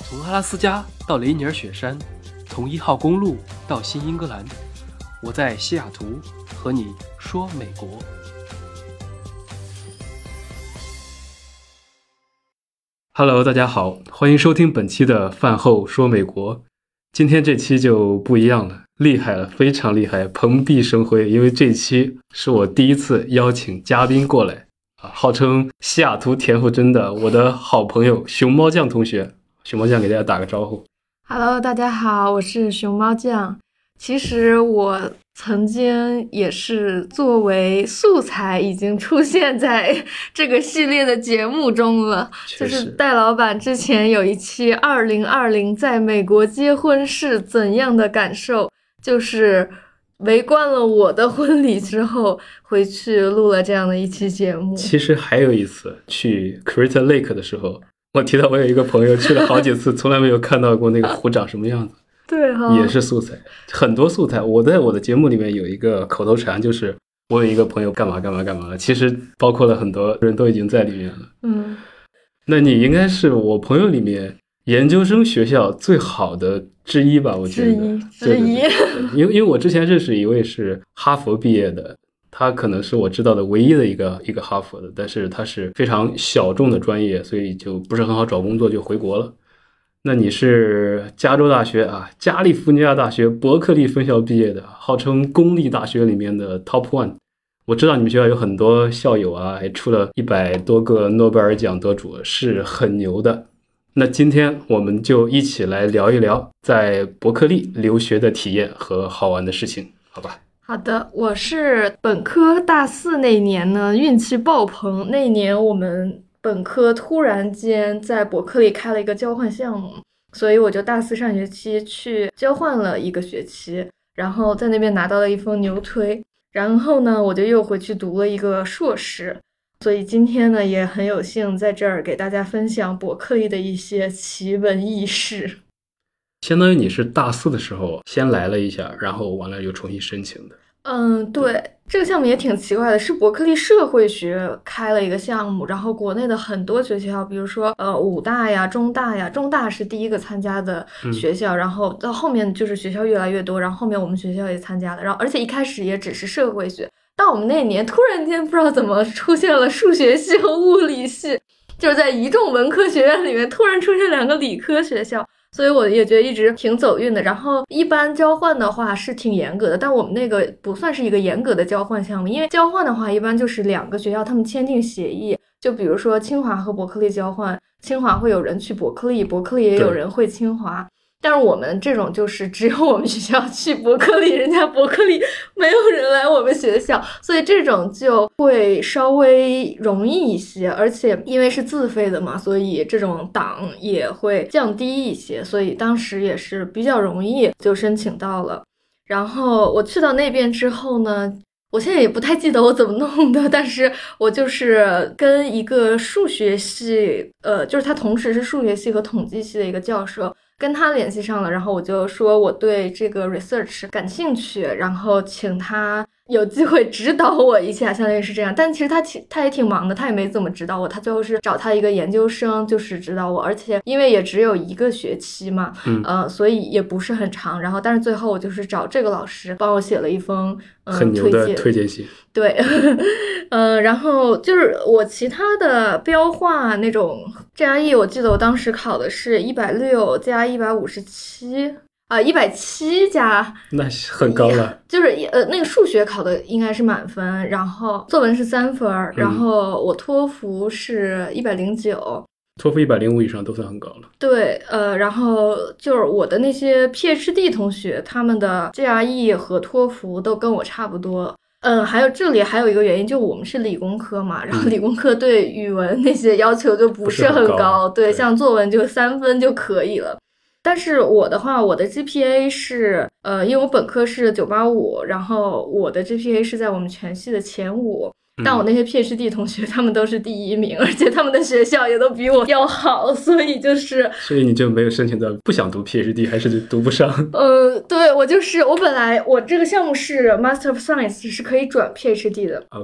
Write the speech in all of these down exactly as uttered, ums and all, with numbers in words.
从阿拉斯加到雷尼尔雪山，从一号公路到新英格兰，我在西雅图和你说美国。Hello， 大家好，欢迎收听本期的饭后说美国。今天这期就不一样了，厉害了，非常厉害，蓬荜生辉。因为这期是我第一次邀请嘉宾过来啊，号称西雅图田馥甄的我的好朋友熊猫酱同学。熊猫酱给大家打个招呼。 Hello， 大家好，我是熊猫酱。其实我曾经也是作为素材已经出现在这个系列的节目中了，就是戴老板之前有一期二零二零在美国结婚是怎样的感受，就是围观了我的婚礼之后回去录了这样的一期节目。 其实还有一次去 Crater Lake 的时候，我提到我有一个朋友去了好几次从来没有看到过那个湖长什么样子。 对哈、哦， 也是素材，很多素材。我在我的节目里面有一个口头禅，就是我有一个朋友干嘛干嘛干嘛，其实包括了很多人都已经在里面了。 嗯， 那你应该是我朋友里面研究生学校最好的之一吧？我觉得之一之一， 因为因为我之前认识一位是哈佛毕业的，他可能是我知道的唯一的一个一个哈佛的，但是他是非常小众的专业，所以就不是很好找工作，就回国了。那你是加州大学啊，加利福尼亚大学伯克利分校毕业的，号称公立大学里面的 top one。我知道你们学校有很多校友啊，还出了一百多个诺贝尔奖得主，是很牛的。那今天我们就一起来聊一聊在伯克利留学的体验和好玩的事情，好吧？ 好的，我是本科大四那年呢，运气爆棚。那年我们本科突然间在伯克利开了一个交换项目，所以我就大四上学期去交换了一个学期，然后在那边拿到了一封牛推，然后呢我就又回去读了一个硕士。所以今天呢也很有幸在这儿给大家分享伯克利的一些奇闻异事。 相当于你是大四的时候先来了一下，然后完了又重新申请的。 嗯，对，这个项目也挺奇怪的，是伯克利社会学开了一个项目，然后国内的很多学校，比如说呃武大呀、中大呀，中大是第一个参加的学校，嗯、然后到后面就是学校越来越多，然后后面我们学校也参加了，然后而且一开始也只是社会学，到我们那年突然间不知道怎么出现了数学系和物理系，就是在一众文科学院里面突然出现两个理科学校。所以我也觉得一直挺走运的，然后一般交换的话是挺严格的，但我们那个不算是一个严格的交换项目，因为交换的话一般就是两个学校他们签订协议，就比如说清华和伯克利交换，清华会有人去伯克利，伯克利也有人会清华，但是我们这种就是只有我们学校去伯克利，人家伯克利没有人来我们学校，所以这种就会稍微容易一些，而且因为是自费的嘛，所以这种档也会降低一些，所以当时也是比较容易就申请到了。然后我去到那边之后呢，我现在也不太记得我怎么弄的，但是我就是跟一个数学系，呃，就是他同时是数学系和统计系的一个教授，跟他联系上了，然后我就说我对这个 research 感兴趣，然后请他有机会指导我一下，相当于是这样。但其实他他也挺忙的，他也没怎么指导我，他最后是找他一个研究生就是指导我，而且因为也只有一个学期嘛，嗯，呃，所以也不是很长。然后但是最后我就是找这个老师帮我写了一封嗯很牛的推荐信。 对，呃，然后就是我其他的标化那种 G R E， 我记得我当时考的是一百六加一百五十七啊，一百七加， 那很高了。 就是呃，那个数学考的应该是满分，然后作文是三分，然后我托福是一百零九。 托福一百零五以上都算很高了。 对，呃，然后就是我的那些 P H D 同学，他们的 G R E 和托福都跟我差不多。嗯，还有这里还有一个原因，就我们是理工科嘛，然后理工科对语文那些要求就不是很高， 不是很高对， 对像作文就三分就可以了。但是我的话，我的 G P A 是，呃，因为我本科是九八五，然后我的 G P A 是在我们全系的前五。但我那些 P H D 同学他们都是第一名，而且他们的学校也都比我要好，所以就是所以你就没有申请到，不想读 P H D 还是读不上？ 呃，对，我就是我本来我这个项目是 Master of Science 是可以转 P H D 的。 OK，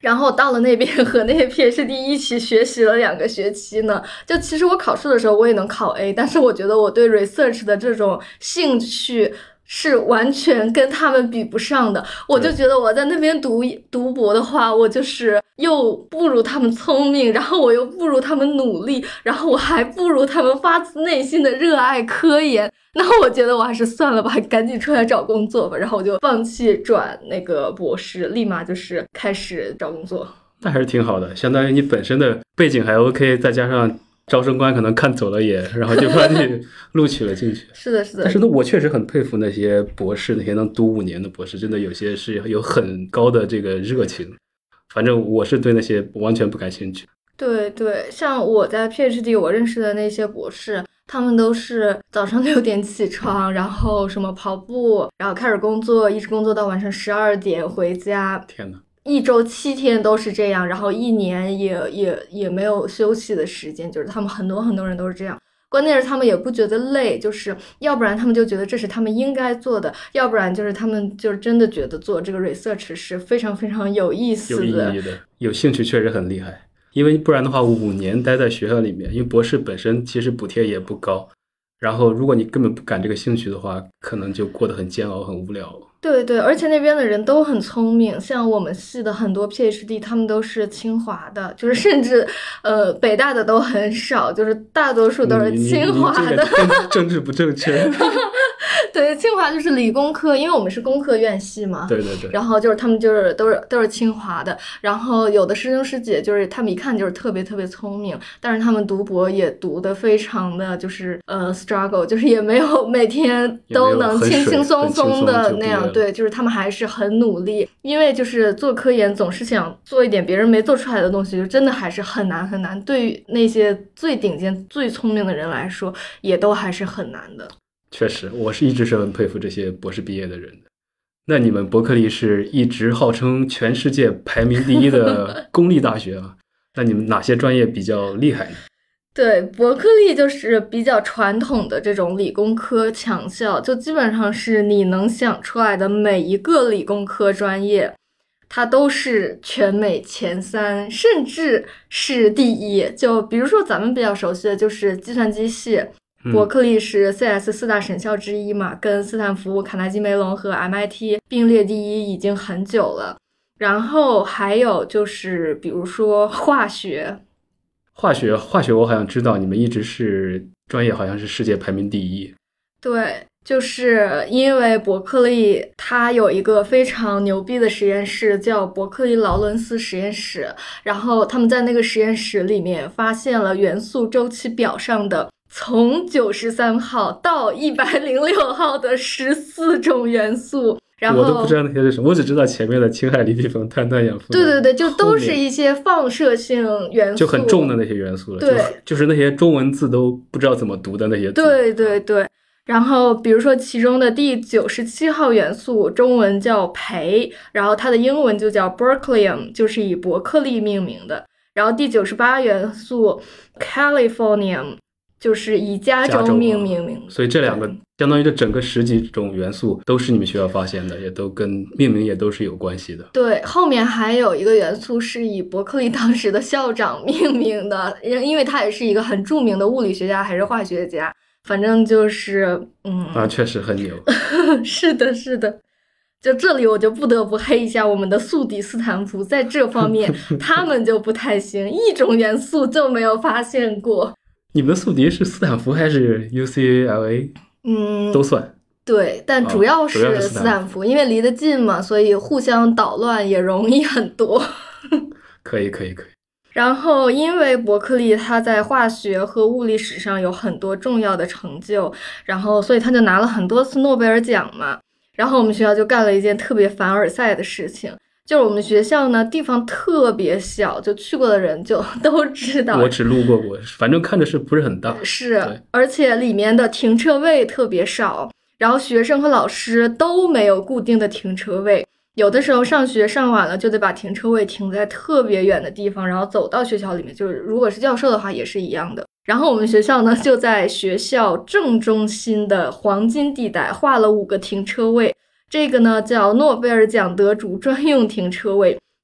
然后到了那边和那些 PhD 一起学习了两个学期呢，就其实我考试的时候我也能考 A， 但是我觉得我对 research 的这种兴趣是完全跟他们比不上的。我就觉得我在那边读读博的话，我就是又不如他们聪明，然后我又不如他们努力，然后我还不如他们发自内心的热爱科研。那我觉得我还是算了吧，赶紧出来找工作吧。然后我就放弃转那个博士，立马就是开始找工作。 那还是挺好的，相当于你本身的背景还 OK， 再加上招生官可能看走了眼，然后就把你录取了进去。 是的，是的。 但是呢，我确实很佩服那些博士，那些能读五年的博士，真的有些是有很高的这个热情。反正我是对那些完全不感兴趣。 对对，像我在 PhD 我认识的那些博士，他们都是早上六点起床，然后什么跑步，然后开始工作，一直工作到晚上十二点回家。 天哪！ 一周七天都是这样，然后一年也也也没有休息的时间，就是他们很多很多人都是这样。关键是他们也不觉得累，就是要不然他们就觉得这是他们应该做的，要不然就是他们就是真的觉得做这个 research 是非常非常有意思的、 有意义的，有兴趣确实很厉害。因为不然的话，五年待在学校里面，因为博士本身其实补贴也不高，然后如果你根本不感这个兴趣的话，可能就过得很煎熬，很无聊。 对对，而且那边的人都很聪明，像我们系的很多 PhD 他们都是清华的，就是甚至呃北大的都很少，就是大多数都是清华的。 政, 政治不正确。 对，清华就是理工科，因为我们是工科院系嘛。 对对对。 然后就是他们就是都是都是清华的，然后有的师兄师姐就是他们一看就是特别特别聪明，但是他们读博也读得非常的就是呃 struggle， 就是也没有每天都能轻轻松松的那样。对，就是他们还是很努力，因为就是做科研总是想做一点别人没做出来的东西，就真的还是很难很难。对于那些最顶尖最聪明的人来说，也都还是很难的。 确实，我是一直是很佩服这些博士毕业的人的。那你们伯克利是一直号称全世界排名第一的公立大学啊，那你们哪些专业比较厉害呢？ 对，伯克利就是比较传统的这种理工科强校，就基本上是你能想出来的每一个理工科专业，它都是全美前三，甚至是第一。就比如说咱们比较熟悉的就是计算机系，伯克利是 C S 四大神校之一嘛，跟斯坦福、卡耐基梅隆和 M I T 并列第一已经很久了。然后还有就是比如说化学。 化学化学我好像知道，你们一直是专业好像是世界排名第一。 对，就是因为伯克利它有一个非常牛逼的实验室叫伯克利劳伦斯实验室，然后他们在那个实验室里面发现了元素周期表上的从九十三号到一百零六号的十四种元素。然后我都不知道那些是什么，我只知道前面的氢氦锂铍硼碳氮氧氟。 对对对，就都是一些放射性元素， 就很重的那些元素了。 对， 就，就是那些中文字都不知道怎么读的那些字。 对对对。然后比如说其中的第九十七号元素中文叫铍，然后它的英文就叫 Berkelium， 就是以伯克利命名的。然后第九十八元素 Californium，就是以加州命名， 所以这两个相当于这整个十几种元素都是你们学校发现的，也都跟命名也都是有关系的。 对，后面还有一个元素是以伯克利当时的校长命名的，因为他也是一个很著名的物理学家还是化学家，反正就是嗯啊，确实很牛。 是的是的，就这里我就不得不黑一下我们的宿敌斯坦福，在这方面他们就不太行，一种元素就没有发现过。 你们的宿敌是斯坦福还是 U C L A？ 嗯， 都算。 对，但主要是斯坦福，哦、因为离得近嘛，所以互相捣乱也容易很多。 可以可以可以。 然后因为伯克利他在化学和物理史上有很多重要的成就，然后所以他就拿了很多次诺贝尔奖嘛。然后我们学校就干了一件特别凡尔赛的事情，就是我们学校呢地方特别小，就去过的人就都知道。 我只路过过，反正看着是不是很大。 是，而且里面的停车位特别少，然后学生和老师都没有固定的停车位，有的时候上学上晚了就得把停车位停在特别远的地方，然后走到学校里面，就是如果是教授的话也是一样的。然后我们学校呢就在学校正中心的黄金地带画了五个停车位，这个呢叫诺贝尔奖得主专用停车位，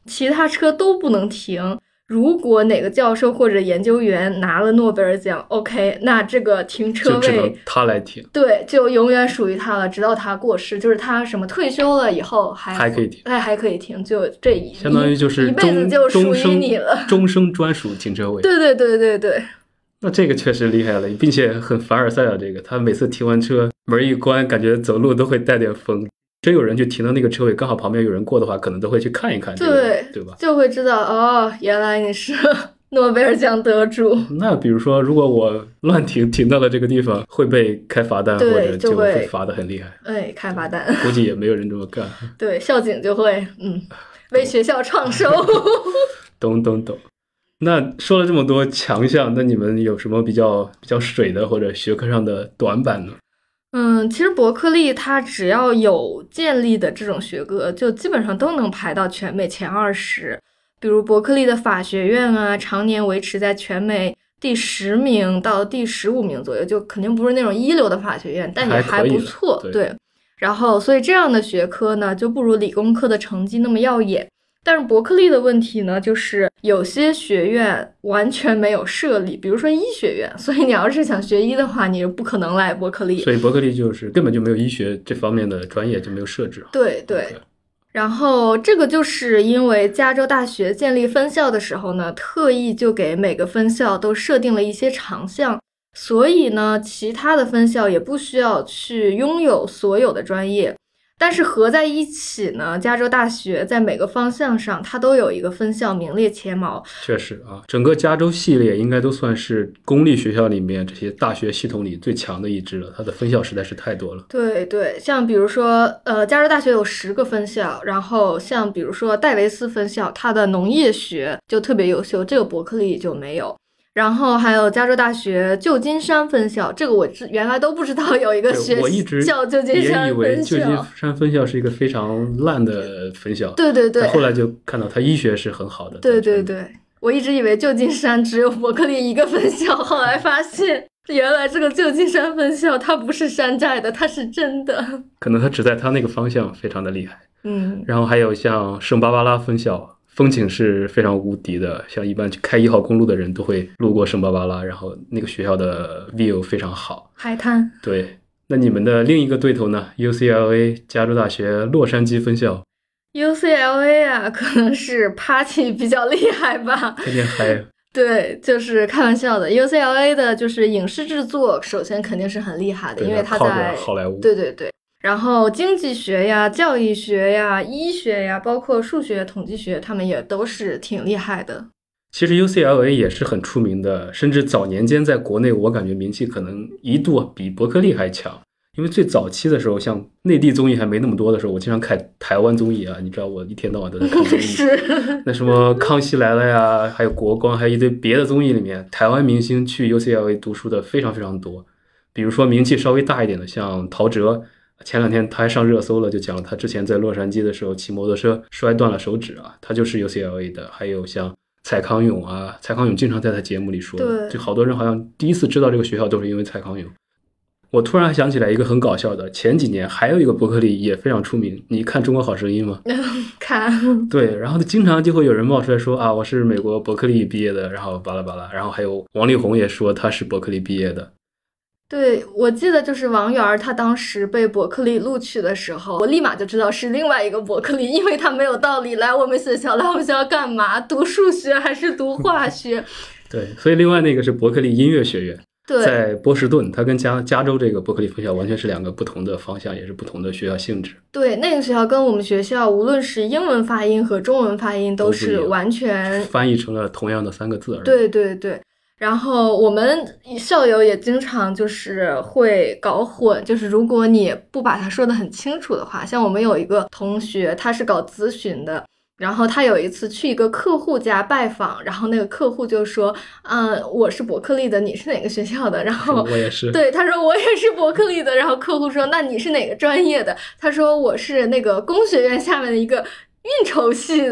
其他车都不能停。如果哪个教授或者研究员拿了诺贝尔奖 OK， 那这个停车位就只能他来停， 对，就永远属于他了，直到他过世，就是他什么退休了以后还还可以停， 哎还可以停，就这一相当于就是一辈子就属于你了， 终生专属停车位。 对对对对对， 那这个确实厉害了，并且很凡尔赛啊！这个他每次停完车门一关，感觉走路都会带点风。真有人去停到那个车位，刚好旁边有人过的话，可能都会去看一看，这个， 对对吧？ 就会知道哦，原来你是诺贝尔奖得主。 那比如说，如果我乱停停到了这个地方，会被开罚单，或者就会罚得很厉害。 哎，开罚单， 估计也没有人这么干。 对，校警就会嗯为学校创收。 懂懂懂。那说了这么多强项，那你们有什么比较比较水的或者学科上的短板呢？ 嗯，其实伯克利它只要有建立的这种学科，就基本上都能排到全美前二十。比如伯克利的法学院啊，常年维持在全美第十名到第十五名左右，就肯定不是那种一流的法学院，但也还不错。 对， 对，然后所以这样的学科呢，就不如理工科的成绩那么耀眼。但是伯克利的问题呢，就是有些学院完全没有设立，比如说医学院，所以你要是想学医的话，你是不可能来伯克利。 所以伯克利就是根本就没有医学这方面的专业，就没有设置。 对对。Okay. 然后这个就是因为加州大学建立分校的时候呢，特意就给每个分校都设定了一些长项，所以呢，其他的分校也不需要去拥有所有的专业。但是合在一起呢，加州大学在每个方向上它都有一个分校名列前茅。 确实啊，整个加州系列应该都算是公立学校里面这些大学系统里最强的一支了，它的分校实在是太多了。 对对，像比如说呃，加州大学有十个分校，然后像比如说戴维斯分校，它的农业学就特别优秀，这个伯克利就没有。然后还有加州大学旧金山分校，这个我原来都不知道有一个学校旧金山分校， 也以为旧金山分校是一个非常烂的分校。 对对对。 后来就看到它医学是很好的。 对对对，我一直以为旧金山只有伯克利一个分校，后来发现原来这个旧金山分校它不是山寨的，它是真的。 可能它只在它那个方向非常的厉害。 嗯。 然后还有像圣巴巴拉分校。风景是非常无敌的，像一般去开一号公路的人都会路过圣巴巴拉，然后那个学校的 view 非常好， 海滩。 对，那你们的另一个对头呢 ？U C L A 加州大学洛杉矶分校。 U C L A 啊，可能是 party 比较厉害吧， 天天嗨。 对，就是开玩笑的。U C L A 的就是影视制作，首先肯定是很厉害的，因为它在好莱坞。 对对对。然后经济学呀、教育学呀、医学呀，包括数学、统计学，他们也都是挺厉害的。 其实 U C L A 也是很出名的，甚至早年间在国内我感觉名气可能一度比伯克利还强。因为最早期的时候，像内地综艺还没那么多的时候，我经常看台湾综艺啊，你知道我一天到晚都在看综艺。 是。 那什么康熙来了呀，还有国光，还有一堆别的综艺里面，台湾明星去 U C L A 读书的非常非常多。比如说名气稍微大一点的，像陶喆。前两天他还上热搜了，就讲了他之前在洛杉矶的时候骑摩托车摔断了手指啊，他就是 U C L A 的。还有像蔡康永啊，蔡康永经常在他节目里说，就好多人好像第一次知道这个学校都是因为蔡康永。我突然想起来一个很搞笑的，前几年还有一个伯克利也非常出名，你看中国好声音吗？ 看。 对，然后经常就会有人冒出来说啊，我是美国伯克利毕业的，然后巴拉巴拉，然后还有王力宏也说他是伯克利毕业的。 对，我记得就是王源他当时被伯克利录取的时候，我立马就知道是另外一个伯克利，因为他没有道理来我们学校，来我们学校干嘛？读数学还是读化学？ 对，所以另外那个是伯克利音乐学院， 对， 在波士顿，它跟加加州这个伯克利分校完全是两个不同的方向，也是不同的学校性质。 对，那个学校跟我们学校无论是英文发音和中文发音都是完全翻译成了同样的三个字而已。 对对对。然后我们校友也经常就是会搞混，就是如果你不把它说得很清楚的话，像我们有一个同学他是搞咨询的，然后他有一次去一个客户家拜访，然后那个客户就说嗯，我是伯克利的，你是哪个学校的？然后我也是。 对，他说我也是伯克利的，然后客户说那你是哪个专业的？他说我是那个工学院下面的一个运筹系的。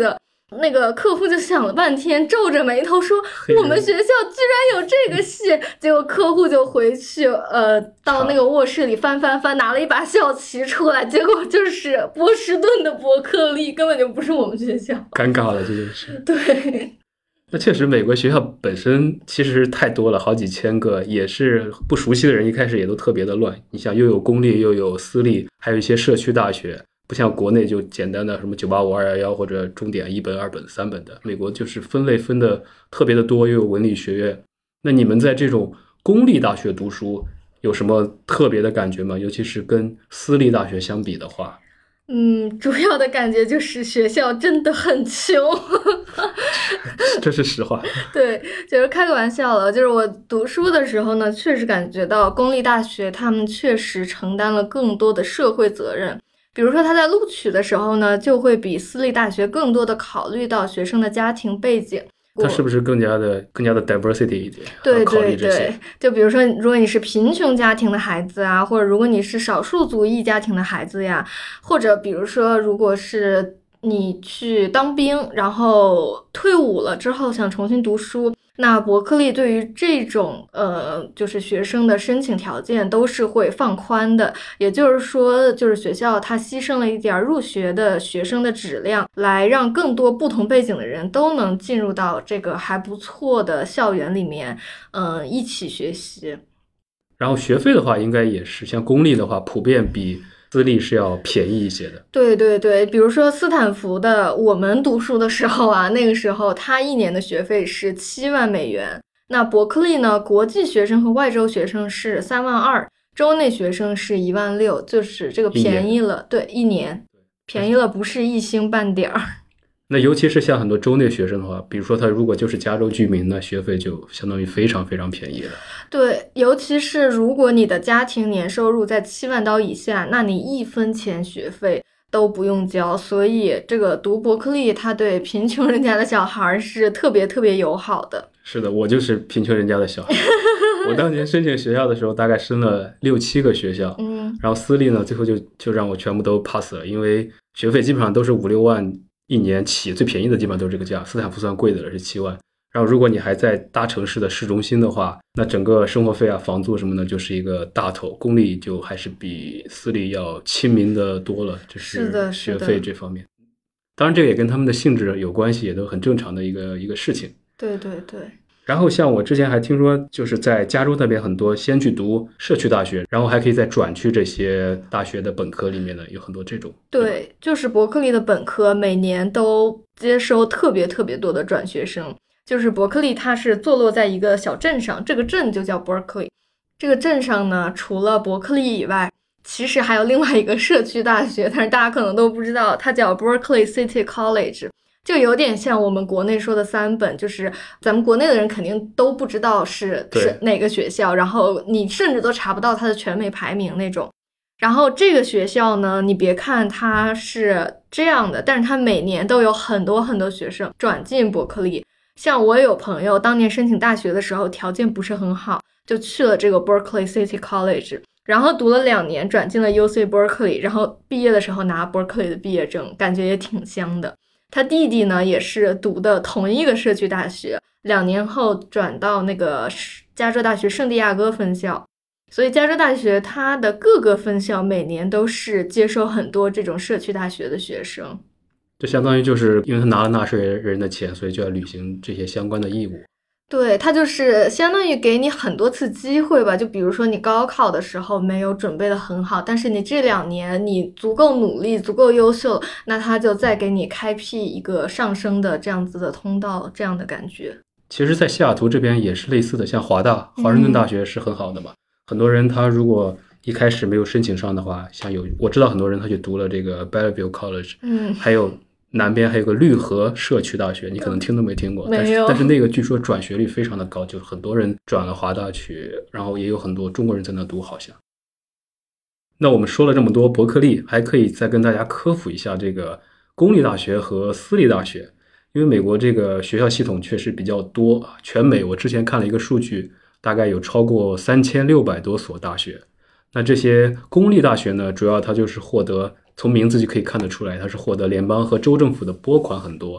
那个客户就想了半天，皱着眉头说我们学校居然有这个系。结果客户就回去呃，到那个卧室里翻翻翻，拿了一把校旗出来，结果就是波士顿的伯克利，根本就不是我们学校。 尴尬了，这就是对。 那确实美国学校本身其实太多了，好几千个，也是不熟悉的人一开始也都特别的乱。你想又有公立又有私立，还有一些社区大学，不像国内就简单的什么九八五、二一一或者重点一本、二本、三本的，美国就是分类分的特别的多，又有文理学院。那你们在这种公立大学读书有什么特别的感觉吗？尤其是跟私立大学相比的话。 嗯，主要的感觉就是学校真的很穷。 这是实话。 对，就是开个玩笑了。就是我读书的时候呢，确实感觉到公立大学他们确实承担了更多的社会责任。比如说他在录取的时候呢，就会比私立大学更多的考虑到学生的家庭背景。 它是不是更加的更加的 diversity 一点？ 对对对，就比如说，如果你是贫穷家庭的孩子啊，或者如果你是少数族裔家庭的孩子呀，或者比如说，如果是你去当兵，然后退伍了之后想重新读书，那伯克利对于这种呃，就是学生的申请条件都是会放宽的。也就是说，就是学校它牺牲了一点入学的学生的质量，来让更多不同背景的人都能进入到这个还不错的校园里面，嗯、呃，一起学习。 然后学费的话，应该也是像公立的话，普遍比私立是要便宜一些的。 对对对，比如说斯坦福的，我们读书的时候啊，那个时候他一年的学费是七万美元。那伯克利呢，国际学生和外州学生是三万二，州内学生是一万六，就是这个便宜了。对，一年便宜了，不是一星半点儿。 那尤其是像很多州内学生的话，比如说他如果就是加州居民，那学费就相当于非常非常便宜了。 对，尤其是如果你的家庭年收入在七万刀以下，那你一分钱学费都不用交。所以这个读伯克利，他对贫穷人家的小孩是特别特别友好的。 是的，我就是贫穷人家的小孩。我当年申请学校的时候，大概申了六七个学校，嗯，然后私立呢，最后就就让我全部都 pass 了，因为学费基本上都是五六万一年起，最便宜的基本上都是这个价。斯坦福算贵的了，是七万。然后如果你还在大城市的市中心的话，那整个生活费啊、房租什么的就是一个大头。公立就还是比私立要亲民的多了，就是学费这方面。当然这个也跟他们的性质有关系，也都很正常的一个一个事情。 对对对。 然后像我之前还听说，就是在加州那边很多先去读社区大学，然后还可以再转去这些大学的本科里面的，有很多这种。 对，就是伯克利的本科每年都接收特别特别多的转学生。就是伯克利它是坐落在一个小镇上，这个镇就叫 Berkeley。 这个镇上呢，除了伯克利以外，其实还有另外一个社区大学，但是大家可能都不知道，它叫 Berkeley City College。 就有点像我们国内说的三本，就是咱们国内的人肯定都不知道是是哪个学校，然后你甚至都查不到它的全美排名那种。然后这个学校呢，你别看它是这样的，但是它每年都有很多很多学生转进伯克利。像我有朋友当年申请大学的时候条件不是很好，就去了这个 Berkeley City College， 然后读了两年转进了 U C Berkeley， 然后毕业的时候拿 Berkeley 的毕业证，感觉也挺香的。他弟弟呢也是读的同一个社区大学，两年后转到那个加州大学圣地亚哥分校。所以加州大学它的各个分校每年都是接收很多这种社区大学的学生。 就相当于就是因为他拿了纳税人的钱，所以就要履行这些相关的义务。 对，他就是相当于给你很多次机会吧，就比如说你高考的时候没有准备的很好，但是你这两年你足够努力足够优秀，那他就再给你开辟一个上升的这样子的通道，这样的感觉。 其实在西雅图这边也是类似的，像华大华盛顿大学是很好的嘛、嗯、很多人他如果一开始没有申请上的话，像有我知道很多人他去读了这个 Bellevue College， 嗯，还有南边还有个绿河社区大学，你可能听都没听过，但是但是那个据说转学率非常的高，就很多人转了华大去，然后也有很多中国人在那读好像。那我们说了这么多伯克利，还可以再跟大家科普一下这个公立大学和私立大学。因为美国这个学校系统确实比较多，全美我之前看了一个数据，大概有超过三千六百多所大学。那这些公立大学呢，主要它就是获得，从名字就可以看得出来，它是获得联邦和州政府的拨款很多。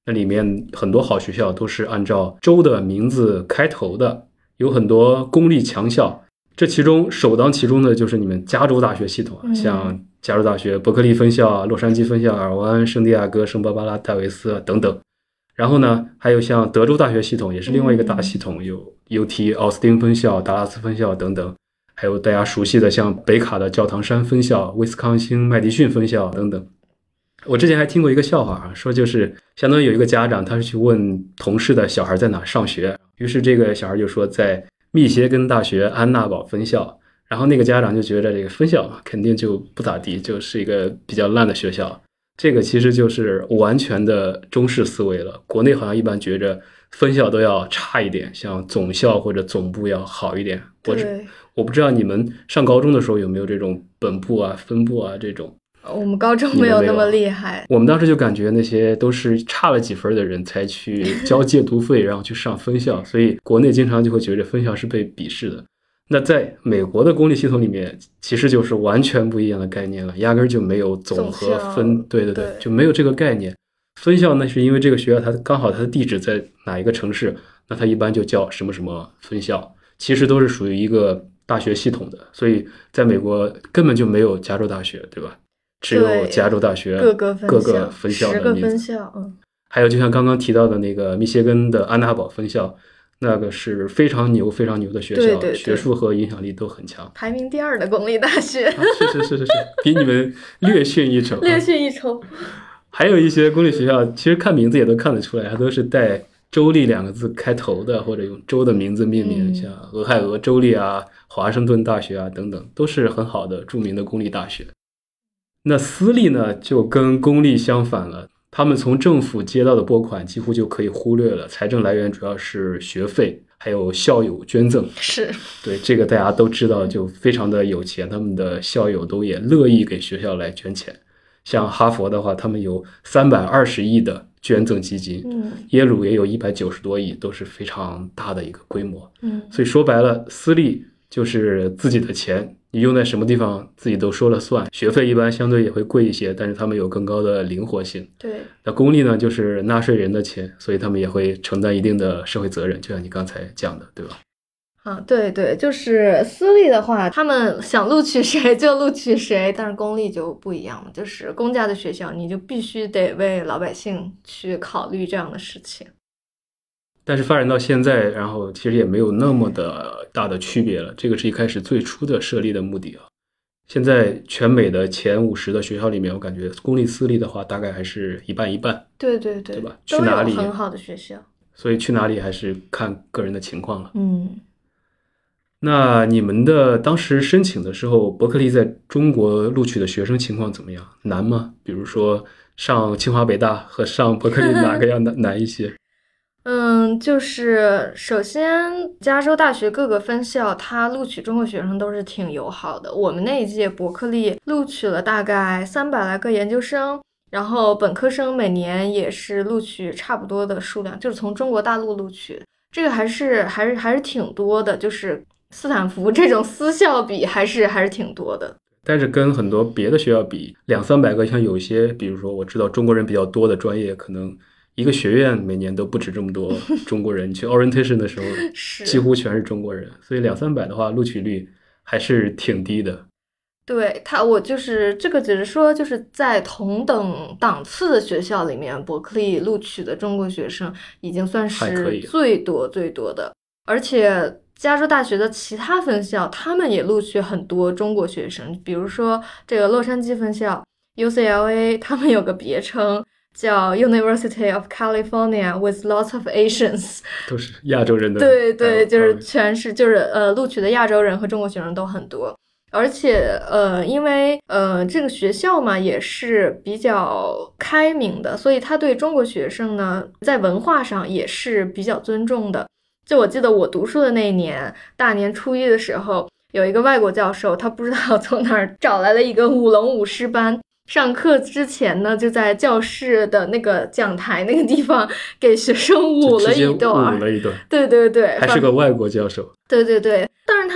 那里面很多好学校都是按照州的名字开头的，有很多公立强校，这其中首当其冲的就是你们加州大学系统， 嗯、 像加州大学伯克利分校、洛杉矶分校、尔湾、圣地亚哥、圣巴巴拉、戴维斯等等。然后呢，还有像德州大学系统，也是另外一个大系统，嗯、有 U T 奥斯汀分校、达拉斯分校等等，还有大家熟悉的像北卡的教堂山分校、威斯康星麦迪逊分校等等。我之前还听过一个笑话，说就是相当于有一个家长，他是去问同事的小孩在哪上学，于是这个小孩就说在密歇根大学安娜堡分校，然后那个家长就觉得这个分校肯定就不咋地，就是一个比较烂的学校。这个其实就是完全的中式思维了，国内好像一般觉着分校都要差一点，像总校或者总部要好一点。我我不知道你们上高中的时候有没有这种本部啊、分部啊这种。 我们高中没有那么厉害， 我们当时就感觉那些都是差了几分的人才去交借读费然后去上分校，所以国内经常就会觉得分校是被鄙视的。那在美国的公立系统里面其实就是完全不一样的概念了，压根就没有总和分，对对 对, 对，就没有这个概念。分校呢是因为这个学校它刚好它的地址在哪一个城市，那它一般就叫什么什么分校，其实都是属于一个大学系统的，所以在美国根本就没有加州大学，对吧？只有加州大学各个分各个分校的名字，十个分校，嗯， 还有就像刚刚提到的那个密歇根的安娜堡分校，那个是非常牛非常牛的学校， 对对对， 学术和影响力都很强， 排名第二的公立大学， 啊、是是是是是，比你们略逊一筹， 略逊一筹。 还有一些公立学校，其实看名字也都看得出来，它都是带州立两个字开头的，或者用州的名字命名，嗯、像俄亥俄州立啊、华盛顿大学啊等等，都是很好的著名的公立大学。那私立呢，就跟公立相反了，他们从政府接到的拨款几乎就可以忽略了，财政来源主要是学费，还有校友捐赠。 是， 对，这个大家都知道，就非常的有钱，他们的校友都也乐意给学校来捐钱。像哈佛的话，他们有三百二十亿的捐赠基金， 嗯， 耶鲁也有一百九十多亿，都是非常大的一个规模。 嗯， 所以说白了，私立就是自己的钱，你用在什么地方自己都说了算，学费一般相对也会贵一些，但是他们有更高的灵活性。 对， 那公立呢，就是纳税人的钱，所以他们也会承担一定的社会责任，就像你刚才讲的，对吧？ 啊，对对，就是私立的话，他们想录取谁就录取谁，但是公立就不一样了，就是公家的学校，你就必须得为老百姓去考虑这样的事情。 但是发展到现在，然后其实也没有那么的大的区别了，这个是一开始最初的设立的目的啊。现在全美的前五十的学校里面，我感觉公立私立的话大概还是一半一半。 对对对， 对吧？去哪里都有很好的学校， 所以去哪里还是看个人的情况了。 嗯， 那你们的当时申请的时候，伯克利在中国录取的学生情况怎么样？难吗？比如说上清华北大和上伯克利哪个要难难一些？ 嗯，就是首先加州大学各个分校它录取中国学生都是挺友好的，我们那一届伯克利录取了大概三百来个研究生，然后本科生每年也是录取差不多的数量，就是从中国大陆录取，这个还是还是还是挺多的，就是斯坦福这种私校比还是还是挺多的。 但是跟很多别的学校比，两三百个，像有些比如说我知道中国人比较多的专业，可能一个学院每年都不止这么多中国人，去 orientation 的时候几乎全是中国人，所以两三百的话录取率还是挺低的。 对他，我就是这个只是说就是在同等档次的学校里面，伯克利录取的中国学生已经算是最多最多的，而且加州大学的其他分校他们也录取很多中国学生，比如说这个洛杉矶分校 U C L A 他们有个别称叫 University of California with lots of Asians， 都是亚洲人的。 对对，就是全是就是呃录取的亚洲人和中国学生都很多，而且呃因为呃这个学校嘛也是比较开明的，所以他对中国学生呢在文化上也是比较尊重的。就我记得我读书的那一年大年初一的时候，有一个外国教授，他不知道从哪儿找来了一个舞龙舞狮班，上课之前呢就在教室的那个讲台那个地方给学生舞了一段， 舞了一段。 对对对， 还是个外国教授。 对对对，当然他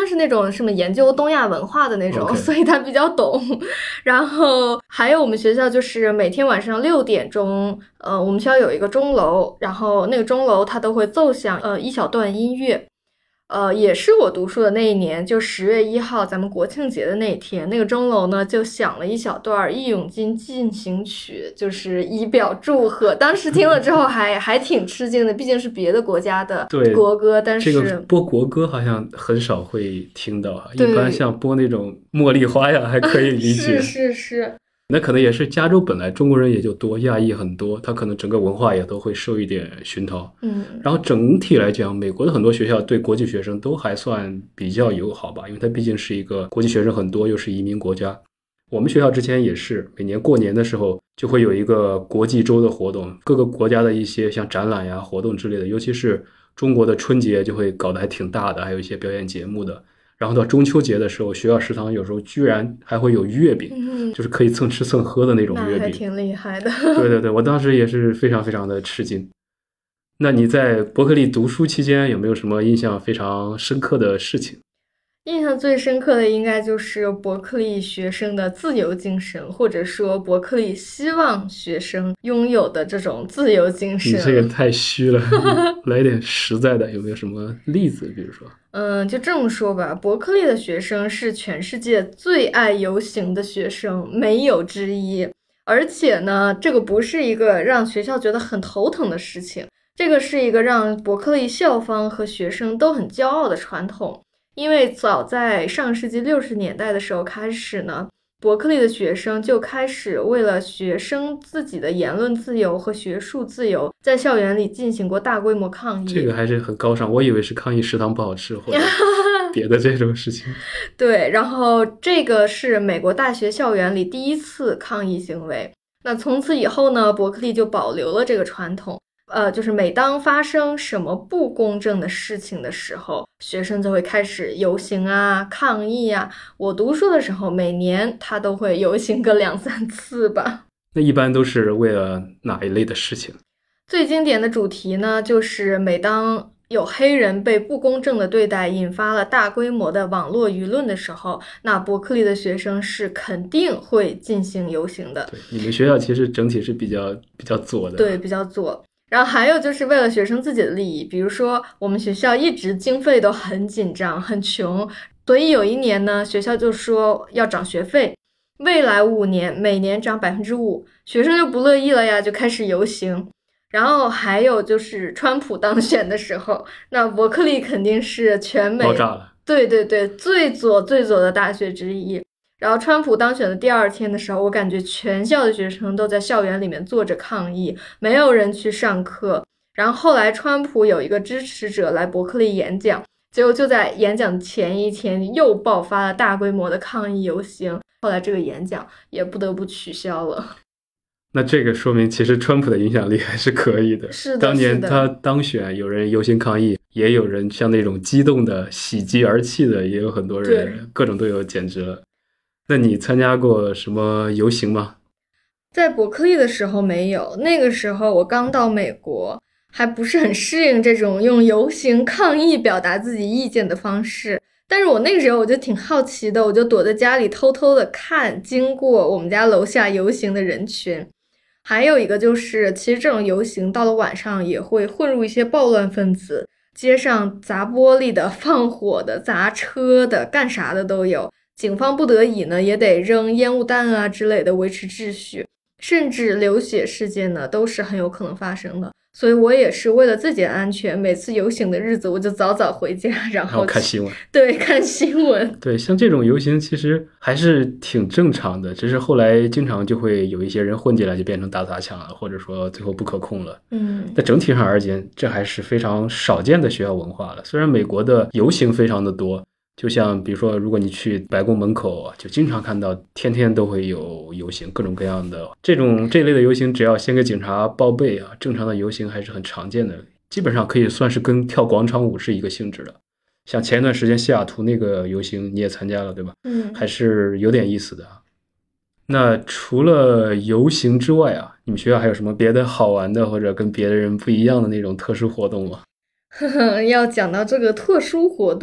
他是那种什么研究东亚文化的那种， okay. 所以他比较懂。然后还有我们学校就是每天晚上六点钟，呃，我们学校有一个钟楼，然后那个钟楼它都会奏响呃一小段音乐。呃，也是我读书的那一年，就十月一号，咱们国庆节的那一天，那个钟楼呢就响了一小段《义勇军进行曲》，就是以表祝贺。当时听了之后还还挺吃惊的，毕竟是别的国家的国歌，但是这个播国歌好像很少会听到，一般像播那种茉莉花呀还可以理解。 是是是。 那可能也是加州本来中国人也就多，亚裔很多，他可能整个文化也都会受一点熏陶。 嗯， 然后整体来讲，美国的很多学校对国际学生都还算比较友好吧，因为它毕竟是一个国际学生很多，又是移民国家。我们学校之前也是每年过年的时候就会有一个国际周的活动，各个国家的一些像展览呀活动之类的，尤其是中国的春节就会搞得还挺大的，还有一些表演节目的。然后到中秋节的时候，学校食堂有时候居然还会有月饼， 嗯， 就是可以蹭吃蹭喝的那种月饼， 那还挺厉害的。 对对对，我当时也是非常非常的吃惊。那你在伯克利读书期间有没有什么印象非常深刻的事情？ 印象最深刻的应该就是伯克利学生的自由精神，或者说伯克利希望学生拥有的这种自由精神。 你这个太虚了，来点实在的，有没有什么例子？比如说， 嗯，就这么说吧，伯克利的学生是全世界最爱游行的学生，没有之一。而且呢，这个不是一个让学校觉得很头疼的事情，这个是一个让伯克利校方和学生都很骄傲的传统。因为早在上世纪六十年代的时候开始呢，伯克利的学生就开始为了学生自己的言论自由和学术自由，在校园里进行过大规模抗议。 这个还是很高尚，我以为是抗议食堂不好吃或者别的这种事情。 对，然后这个是美国大学校园里第一次抗议行为。那从此以后呢，伯克利就保留了这个传统。呃，就是每当发生什么不公正的事情的时候，学生就会开始游行啊、抗议啊。我读书的时候，每年他都会游行个两三次吧。 那一般都是为了哪一类的事情？ 最经典的主题呢，就是每当有黑人被不公正的对待，引发了大规模的网络舆论的时候，那伯克利的学生是肯定会进行游行的。 对，你们学校其实整体是比较比较左的。 对，比较左。然后还有就是为了学生自己的利益，比如说我们学校一直经费都很紧张很穷，所以有一年呢，学校就说要涨学费，未来五年每年涨 百分之五， 学生就不乐意了呀，就开始游行。然后还有就是川普当选的时候，那伯克利肯定是全美爆炸了， 对对对，最左最左的大学之一。然后川普当选的第二天的时候，我感觉全校的学生都在校园里面坐着抗议，没有人去上课。然后后来川普有一个支持者来伯克利演讲，结果就在演讲前一天又爆发了大规模的抗议游行，后来这个演讲也不得不取消了。 那这个说明其实川普的影响力还是可以的。 是的， 当年他当选，有人游行抗议，也有人像那种激动的喜极而泣的，也有很多人，各种都有，简直了。那你参加过什么游行吗？ 在伯克利的时候没有，那个时候我刚到美国，还不是很适应这种用游行抗议表达自己意见的方式。但是我那个时候我就挺好奇的，我就躲在家里偷偷的看经过我们家楼下游行的人群。还有一个就是，其实这种游行到了晚上也会混入一些暴乱分子，街上砸玻璃的、放火的、砸车的，干啥的都有。警方不得已呢，也得扔烟雾弹啊之类的维持秩序，甚至流血事件呢，都是很有可能发生的。所以我也是为了自己的安全，每次游行的日子我就早早回家，然后看新闻。 对，看新闻。 对，像这种游行其实还是挺正常的，只是后来经常就会有一些人混进来，就变成打砸抢了，或者说最后不可控了。 嗯， 但整体上而言，这还是非常少见的学校文化了。虽然美国的游行非常的多，就像比如说如果你去白宫门口啊，就经常看到天天都会有游行，各种各样的这种这类的游行，只要先给警察报备啊，正常的游行还是很常见的，基本上可以算是跟跳广场舞是一个性质的。像前一段时间西雅图那个游行你也参加了对吧？ 嗯， 还是有点意思的。那除了游行之外啊，你们学校还有什么别的好玩的或者跟别的人不一样的那种特殊活动吗？ 要讲到这个特殊活动，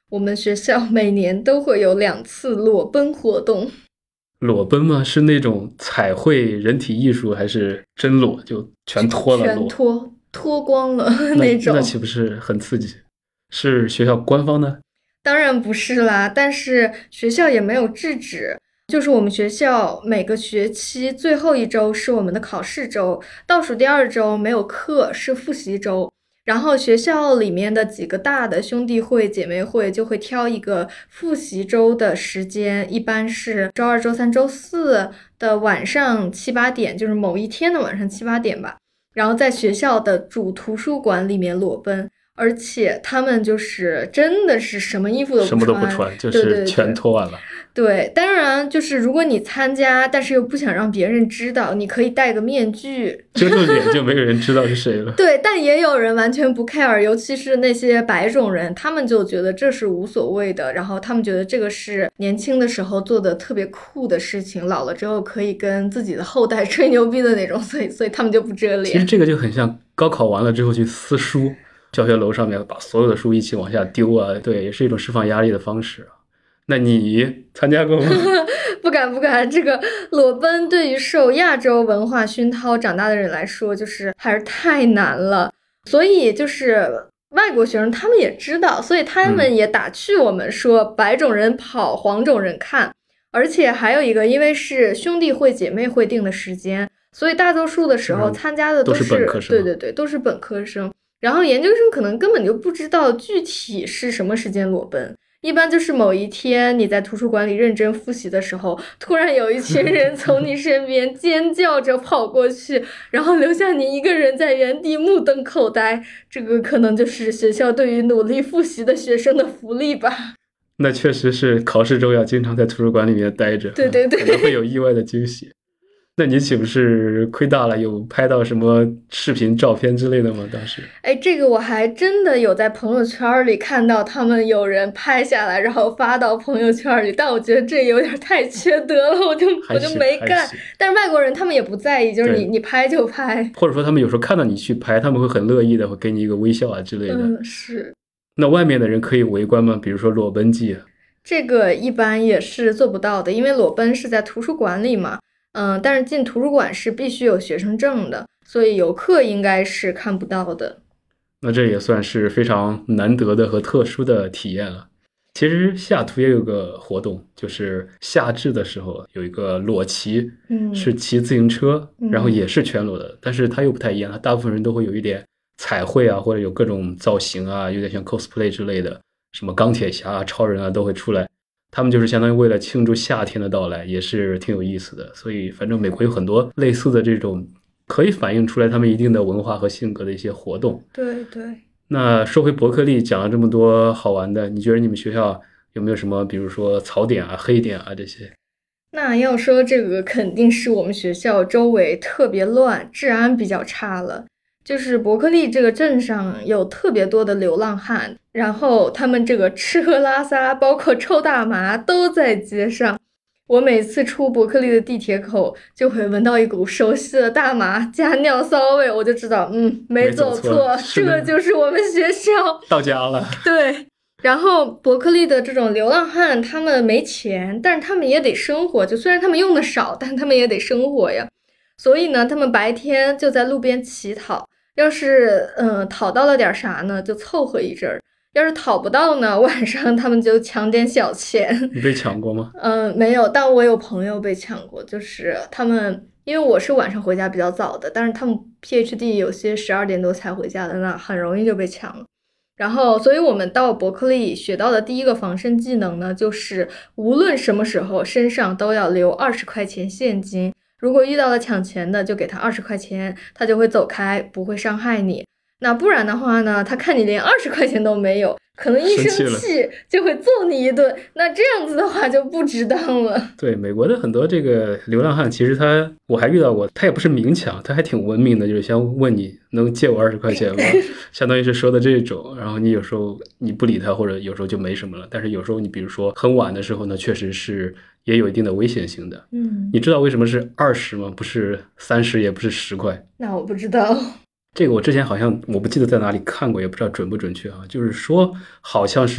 我们学校每年都会有两次裸奔活动。 裸奔吗？是那种彩绘人体艺术，还是真裸就全脱了裸？ 全脱，脱光了那种。 那岂不是很刺激？是学校官方的？ 当然不是啦，但是学校也没有制止。就是我们学校每个学期最后一周是我们的考试周，倒数第二周没有课，是复习周。然后学校里面的几个大的兄弟会、姐妹会就会挑一个复习周的时间，一般是周二、周三、周四的晚上七八点，就是某一天的晚上七八点吧。然后在学校的主图书馆里面裸奔，而且他们就是真的是什么衣服都不穿， 什么都不穿，就是全脱完了。 对，对，对，当然就是如果你参加，但是又不想让别人知道，你可以戴个面具， 遮住脸就没有人知道是谁了。 对，但也有人完全不 care， 尤其是那些白种人，他们就觉得这是无所谓的，然后他们觉得这个是年轻的时候做的特别酷的事情，老了之后可以跟自己的后代吹牛逼的那种，所以所以他们就不遮脸。 其实这个就很像高考完了之后去撕书，教学楼上面把所有的书一起往下丢啊，对，也是一种释放压力的方式。那你参加过吗？ 不敢不敢，这个裸奔对于受亚洲文化熏陶长大的人来说，就是还是太难了。所以就是外国学生他们也知道，所以他们也打趣我们说、嗯、白种人跑，黄种人看。而且还有一个，因为是兄弟会姐妹会定的时间，所以大多数的时候参加的都是、嗯、 都是本科生， 对对对，都是本科生。然后研究生可能根本就不知道具体是什么时间裸奔，一般就是某一天你在图书馆里认真复习的时候，突然有一群人从你身边尖叫着跑过去，然后留下你一个人在原地目瞪口呆。这个可能就是学校对于努力复习的学生的福利吧。 那确实是考试周要经常在图书馆里面待着， 对对对， 可能会有意外的惊喜。那你岂不是亏大了，有拍到什么视频照片之类的吗？当时哎，这个我还真的有在朋友圈里看到他们有人拍下来然后发到朋友圈里，但我觉得这有点太缺德了，我就我就没干。但是外国人他们也不在意，就是你你拍就拍， 或者说他们有时候看到你去拍，他们会很乐意的，会给你一个微笑啊之类的。 嗯，是。 那外面的人可以围观吗？比如说裸奔季， 这个一般也是做不到的，因为裸奔是在图书馆里嘛。嗯，但是进图书馆是必须有学生证的，所以游客应该是看不到的。 那这也算是非常难得的和特殊的体验了。其实西雅图也有个活动，就是夏至的时候有一个裸骑， 嗯， 是骑自行车， 嗯、 然后也是全裸的，但是它又不太一样，它大部分人都会有一点彩绘啊，或者有各种造型啊，有点像 cosplay 之类的，什么钢铁侠啊、超人啊都会出来。他们就是相当于为了庆祝夏天的到来，也是挺有意思的。所以反正美国有很多类似的这种可以反映出来他们一定的文化和性格的一些活动。 对对。 那说回伯克利，讲了这么多好玩的，你觉得你们学校有没有什么比如说槽点啊、黑点啊这些？ 那要说这个肯定是我们学校周围特别乱，治安比较差了。就是伯克利这个镇上有特别多的流浪汉，然后他们这个吃喝拉撒包括抽大麻都在街上。我每次出伯克利的地铁口就会闻到一股熟悉的大麻加尿骚味，我就知道嗯没走错，这就是我们学校到家了。 对，然后伯克利的这种流浪汉他们没钱，但是他们也得生活，就虽然他们用的少，但他们也得生活呀。所以呢他们白天就在路边乞讨，要是嗯讨到了点啥呢就凑合一阵儿，要是讨不到呢晚上他们就抢点小钱。 你被抢过吗？ 嗯，没有，但我有朋友被抢过，就是他们因为我是晚上回家比较早的，但是他们 P H D 有些十二点多才回家的，那很容易就被抢了。然后所以我们到伯克利学到的第一个防身技能呢，就是无论什么时候身上都要留二十块钱现金，如果遇到了抢钱的就给他二十块钱，他就会走开，不会伤害你。那不然的话呢，他看你连二十块钱都没有，可能一生气就会揍你一顿，那这样子的话就不值当了。 对，美国的很多这个流浪汉，其实他我还遇到过，他也不是明抢，他还挺文明的，就是想问你能借我二十块钱吗？相当于是说的这种，然后你有时候你不理他，或者有时候就没什么了。但是有时候你比如说很晚的时候呢，确实是也有一定的危险性的。 嗯， 你知道为什么是二十吗？不是三十，也不是十块。 那我不知道。这个我之前好像我不记得在哪里看过，也不知道准不准确啊。就是说好像是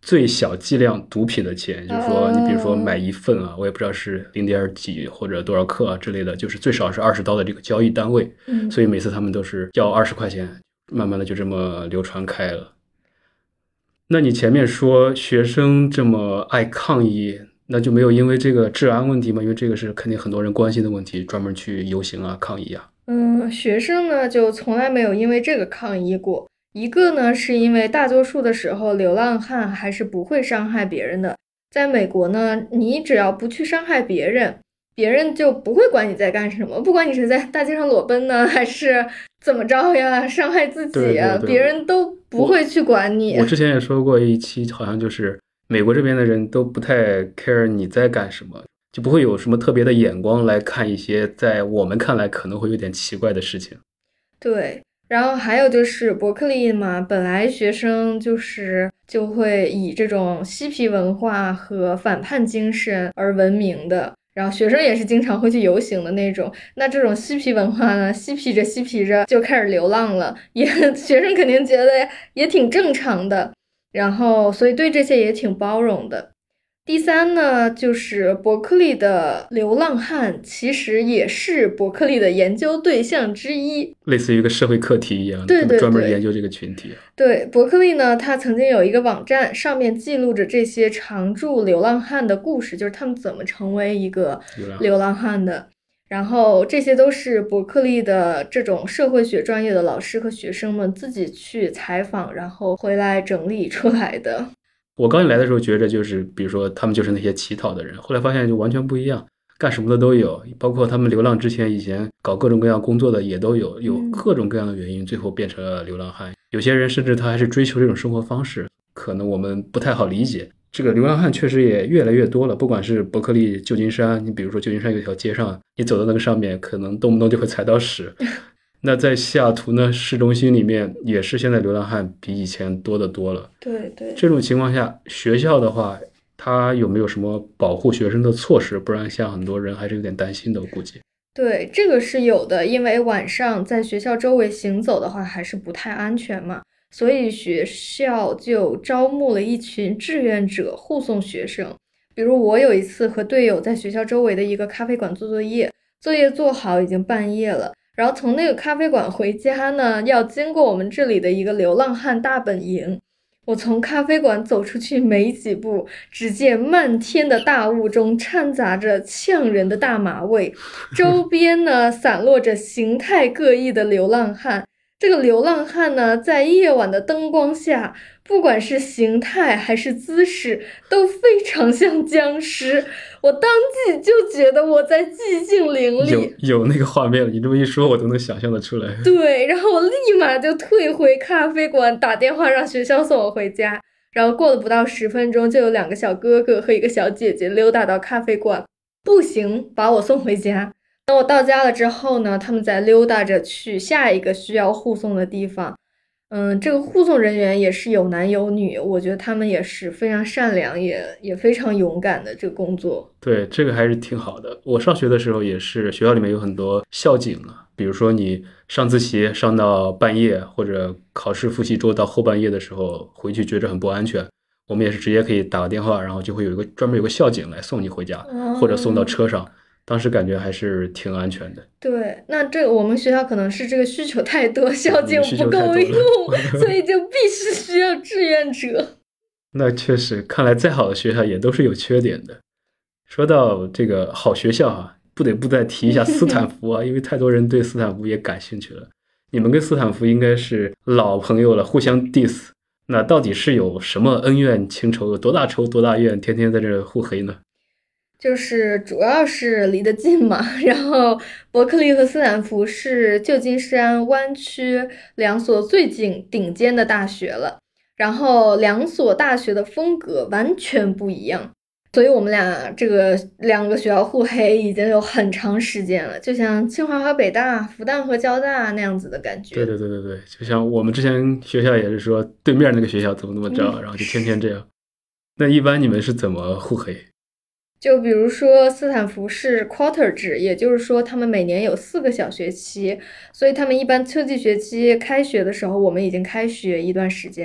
最小剂量毒品的钱，就是说你比如说买一份啊，我也不知道是零点几或者多少克啊之类的，就是最少是二十刀的这个交易单位， 嗯， 所以每次他们都是要二十块钱，慢慢的就这么流传开了。那你前面说学生这么爱抗议，那就没有因为这个治安问题吗？因为这个是肯定很多人关心的问题，专门去游行啊抗议啊。 嗯，学生呢就从来没有因为这个抗议过。一个呢是因为大多数的时候流浪汉还是不会伤害别人的，在美国呢，你只要不去伤害别人，别人就不会管你在干什么，不管你是在大街上裸奔呢，还是怎么着呀，伤害自己呀， 对对对， 别人都不会去管你。 我, 我之前也说过一期，好像就是美国这边的人都不太 care 你在干什么，就不会有什么特别的眼光来看一些在我们看来可能会有点奇怪的事情。 对，然后还有就是伯克利嘛，本来学生就是就会以这种嬉皮文化和反叛精神而闻名的，然后学生也是经常会去游行的那种。那这种嬉皮文化呢，嬉皮着嬉皮着就开始流浪了，也学生肯定觉得也挺正常的，然后所以对这些也挺包容的。第三呢，就是伯克利的流浪汉其实也是伯克利的研究对象之一， 类似于一个社会课题一样， 对对对， 专门研究这个群体。 对，伯克利呢，他曾经有一个网站，上面记录着这些常驻流浪汉的故事，就是他们怎么成为一个流浪汉的。然后这些都是伯克利的这种社会学专业的老师和学生们自己去采访，然后回来整理出来的。 我刚一来的时候觉着就是比如说他们就是那些乞讨的人，后来发现就完全不一样，干什么的都有，包括他们流浪之前以前搞各种各样工作的也都有，有各种各样的原因最后变成了流浪汉。有些人甚至他还是追求这种生活方式，可能我们不太好理解。这个流浪汉确实也越来越多了，不管是伯克利、旧金山，你比如说旧金山有一条街上，你走到那个上面可能动不动就会踩到屎。那在西雅图呢，市中心里面也是现在流浪汉比以前多得多了。 对对， 这种情况下，学校的话，他有没有什么保护学生的措施？不然像很多人还是有点担心的，我估计。 对，这个是有的，因为晚上在学校周围行走的话还是不太安全嘛，所以学校就招募了一群志愿者护送学生。比如我有一次和队友在学校周围的一个咖啡馆做作业，作业做好已经半夜了，然后从那个咖啡馆回家呢，要经过我们这里的一个流浪汉大本营。我从咖啡馆走出去没几步，只见漫天的大雾中掺杂着呛人的大麻味，周边呢散落着形态各异的流浪汉。这个流浪汉呢，在夜晚的灯光下，不管是形态还是姿势，都非常像僵尸。我当即就觉得我在寂静岭里， 有有那个画面了，你这么一说，我都能想象得出来。 对，然后我立马就退回咖啡馆，打电话让学校送我回家。然后过了不到十分钟，就有两个小哥哥和一个小姐姐溜达到咖啡馆，步行把我送回家。等我到家了之后呢，他们再溜达着去下一个需要护送的地方。嗯，这个护送人员也是有男有女，我觉得他们也是非常善良，也也非常勇敢的这个工作。 对，这个还是挺好的。我上学的时候也是，学校里面有很多校警啊，比如说你上自习上到半夜，或者考试复习周到后半夜的时候回去觉着很不安全，我们也是直接可以打个电话，然后就会有一个专门有个校警来送你回家， 哦， 或者送到车上。当时感觉还是挺安全的。 对，那这个我们学校可能是这个需求太多，校警不够用，所以就必须需要志愿者。 那确实，看来再好的学校也都是有缺点的。说到这个好学校啊，不得不再提一下斯坦福啊，因为太多人对斯坦福也感兴趣了。你们跟斯坦福应该是老朋友了，互相 diss。那到底是有什么恩怨情仇，有多大仇多大怨，天天在这互黑呢？ 就是主要是离得近嘛，然后伯克利和斯坦福是旧金山湾区两所最顶顶尖的大学了，然后两所大学的风格完全不一样，所以我们俩这个两个学校互黑已经有很长时间了，就像清华和北大、复旦和交大那样子的感觉。 对对对对对，就像我们之前学校也是说对面那个学校怎么怎么着，嗯、然后就天天这样。那一般你们是怎么互黑？ 就比如说斯坦福是 quarter 制，也就是说他们每年有四个小学期，所以他们一般秋季学期开学的时候，我们已经开学一段时间了，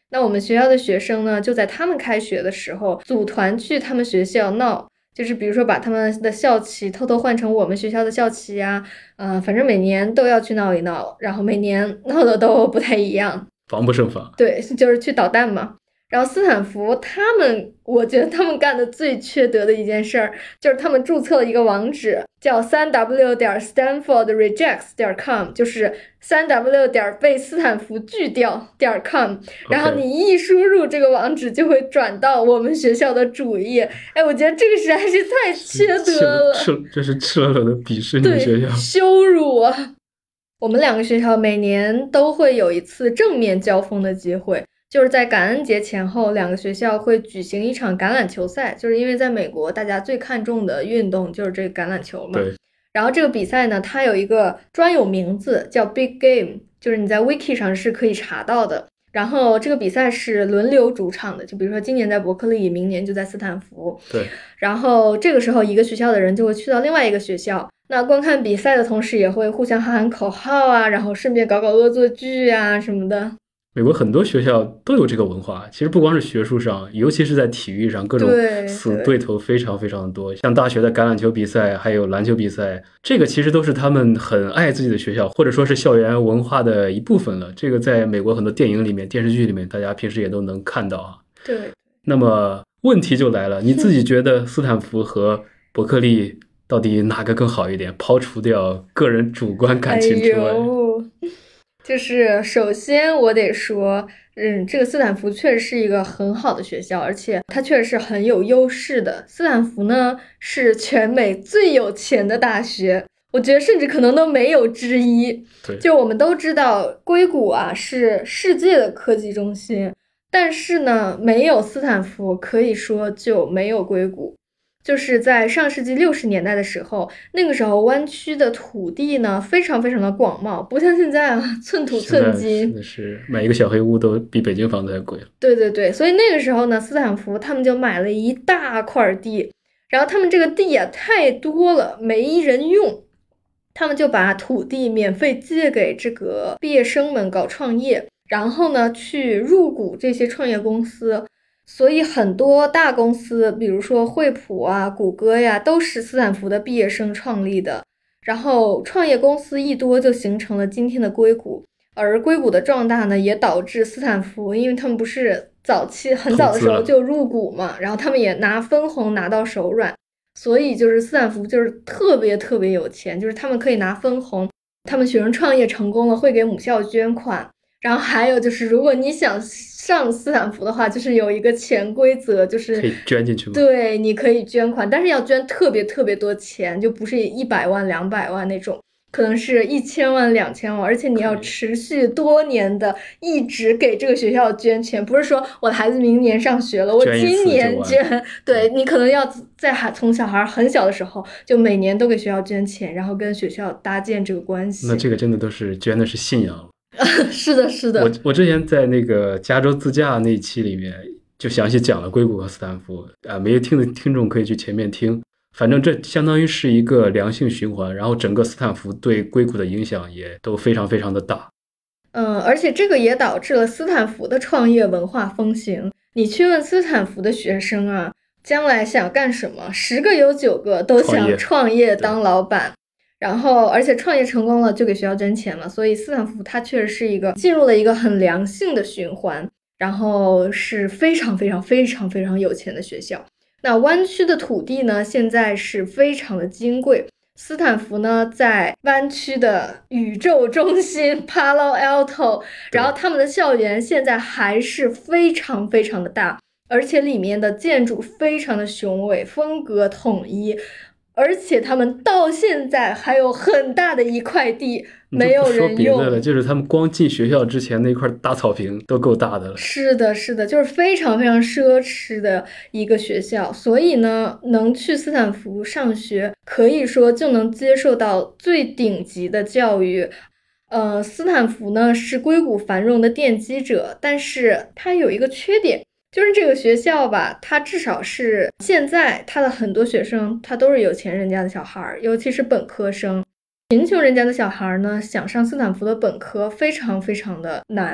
那我们学校的学生呢，就在他们开学的时候组团去他们学校闹，就是比如说把他们的校旗偷偷换成我们学校的校旗呀、啊，呃，反正每年都要去闹一闹，然后每年闹的都不太一样， 防不胜防。 对，就是去捣蛋嘛。然后斯坦福他们，我觉得他们干的最缺德的一件事儿，就是他们注册了一个网址，叫 三 w 点 stanford rejects 点 com， 就是三 w 点被斯坦福拒掉点 com， 然后你一输入这个网址就会转到我们学校的主页。哎，我觉得这个实在是太缺德了， 赤这是赤裸裸的鄙视你们学校， 羞辱啊！我们两个学校每年都会有一次正面交锋的机会。就是在感恩节前后，两个学校会举行一场橄榄球赛，就是因为在美国大家最看重的运动就是这个橄榄球嘛。 对。 然后这个比赛呢，它有一个专有名字叫 Big Game， 就是你在 Wiki 上是可以查到的。然后这个比赛是轮流主场的，就比如说今年在伯克利，明年就在斯坦福。 对。 然后这个时候一个学校的人就会去到另外一个学校，那观看比赛的同时也会互相喊喊口号啊，然后顺便搞搞恶作剧啊什么的。 美国很多学校都有这个文化，其实不光是学术上，尤其是在体育上，各种死对头非常非常的多。像大学的橄榄球比赛，还有篮球比赛，这个其实都是他们很爱自己的学校，或者说是校园文化的一部分了。这个在美国很多电影里面、电视剧里面，大家平时也都能看到啊。 对。 那么问题就来了，你自己觉得斯坦福和伯克利到底哪个更好一点？抛除掉个人主观感情之外。 哎呦，就是首先我得说，嗯，这个斯坦福确实是一个很好的学校，而且它确实是很有优势的。斯坦福呢是全美最有钱的大学，我觉得甚至可能都没有之一。 对， 就我们都知道硅谷啊是世界的科技中心，但是呢没有斯坦福可以说就没有硅谷。就是在上世纪六十年代的时候，那个时候湾区的土地呢非常非常的广袤，不像现在啊寸土寸金， 是是买一个小黑屋都比北京房子还贵了。 对对对，所以那个时候呢，斯坦福他们就买了一大块地，然后他们这个地啊太多了，没人用，他们就把土地免费借给这个毕业生们搞创业，然后呢去入股这些创业公司。所以很多大公司，比如说惠普啊、谷歌呀，都是斯坦福的毕业生创立的。然后创业公司一多，就形成了今天的硅谷。而硅谷的壮大呢，也导致斯坦福，因为他们不是早期很早的时候就入股嘛，然后他们也拿分红拿到手软，所以就是斯坦福就是特别特别有钱，就是他们可以拿分红，他们学生创业成功了会给母校捐款。然后还有就是，如果你想上斯坦福的话，就是有一个潜规则，就是可以捐进去吗？ 对，你可以捐款，但是要捐特别特别多钱，就不是一百万、两百万那种，可能是一千万、两千万，而且你要持续多年的一直给这个学校捐钱，不是说我的孩子明年上学了，我今年捐，对，你可能要在孩从小孩很小的时候就每年都给学校捐钱，然后跟学校搭建这个关系。 那这个真的都是捐的是信仰了。 是的，是的。 我我之前在那个加州自驾那一期里面就详细讲了硅谷和斯坦福啊，没有听的听众可以去前面听。反正这相当于是一个良性循环，然后整个斯坦福对硅谷的影响也都非常非常的大。 嗯，而且这个也导致了斯坦福的创业文化风行。你去问斯坦福的学生啊，将来想干什么，十个有九个都想创业当老板。然后而且创业成功了就给学校捐钱了，所以斯坦福它确实是一个进入了一个很良性的循环，然后是非常非常非常非常有钱的学校。那湾区的土地呢现在是非常的金贵，斯坦福呢在湾区的宇宙中心 Palo Alto， 然后他们的校园现在还是非常非常的大，而且里面的建筑非常的雄伟，风格统一，而且他们到现在还有很大的一块地没有人用。 说别的了，就是他们光进学校之前那块大草坪都够大的了。 是的，是的，就是非常非常奢侈的一个学校。所以呢，能去斯坦福上学，可以说就能接受到最顶级的教育。呃，斯坦福呢是硅谷繁荣的奠基者，但是它有一个缺点。就是这个学校吧，它至少是现在它的很多学生他都是有钱人家的小孩，尤其是本科生。贫穷人家的小孩呢，想上斯坦福的本科非常非常的难，